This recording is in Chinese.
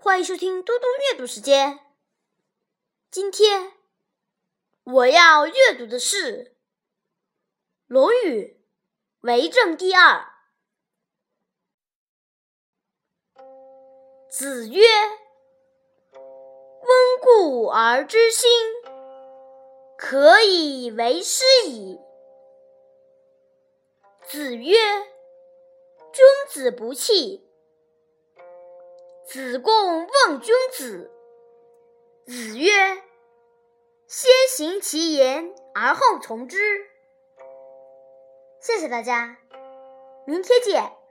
欢迎收听嘟嘟阅读时间。今天我要阅读的是《论语·为政第二》。子曰：温故而知新，可以为师矣。子曰：君子不器。子贡问君子。子曰：先行其言，而后从之。谢谢大家，明天见。